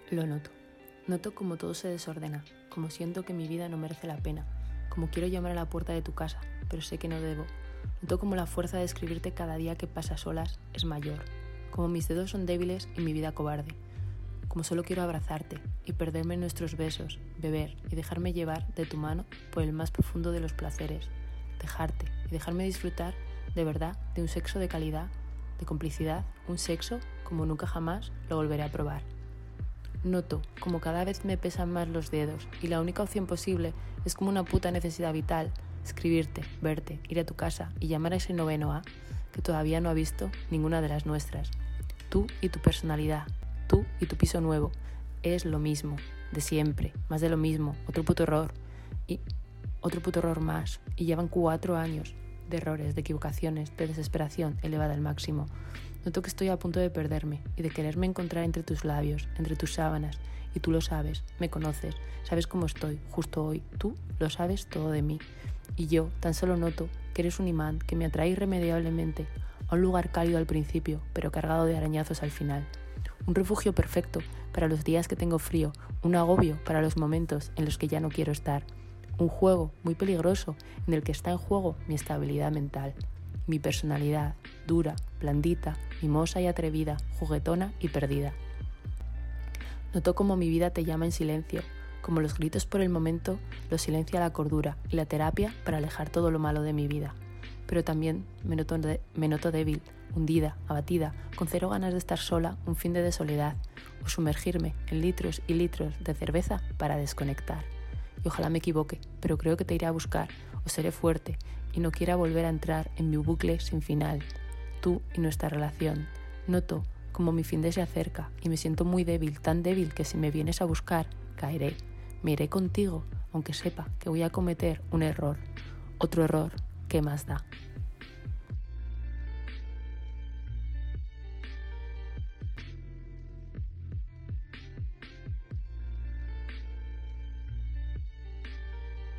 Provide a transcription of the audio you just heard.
Lo noto. Noto como todo se desordena, como siento que mi vida no merece la pena, como quiero llamar a la puerta de tu casa, pero sé que no debo. Noto como la fuerza de escribirte cada día que pasa solas es mayor, como mis dedos son débiles y mi vida cobarde, como solo quiero abrazarte y perderme en nuestros besos, beber y dejarme llevar de tu mano por el más profundo de los placeres, dejarte y dejarme disfrutar de verdad de un sexo de calidad, de complicidad, un sexo como nunca jamás lo volveré a probar. Noto como cada vez me pesan más los dedos y la única opción posible es como una puta necesidad vital, escribirte, verte, ir a tu casa y llamar a ese noveno A que todavía no ha visto ninguna de las nuestras. Tú y tu personalidad, tú y tu piso nuevo, es lo mismo, de siempre, más de lo mismo, otro puto error y otro puto error más y llevan 4 años de errores, de equivocaciones, de desesperación elevada al máximo. Noto que estoy a punto de perderme y de quererme encontrar entre tus labios, entre tus sábanas, y tú lo sabes, me conoces, sabes cómo estoy, justo hoy, tú lo sabes todo de mí. Y yo tan solo noto que eres un imán que me atrae irremediablemente a un lugar cálido al principio, pero cargado de arañazos al final. Un refugio perfecto para los días que tengo frío, un agobio para los momentos en los que ya no quiero estar. Un juego muy peligroso en el que está en juego mi estabilidad mental. Mi personalidad, dura, blandita, mimosa y atrevida, juguetona y perdida. Noto como mi vida te llama en silencio, como los gritos por el momento los silencia la cordura y la terapia para alejar todo lo malo de mi vida. Pero también me noto débil, hundida, abatida, con cero ganas de estar sola un fin de soledad o sumergirme en litros y litros de cerveza para desconectar. Y ojalá me equivoque, pero creo que te iré a buscar o seré fuerte y no quiera volver a entrar en mi bucle sin final. Tú y nuestra relación. Noto como mi fin de se acerca y me siento muy débil, tan débil que si me vienes a buscar, caeré. Me iré contigo, aunque sepa que voy a cometer un error. Otro error, ¿qué más da?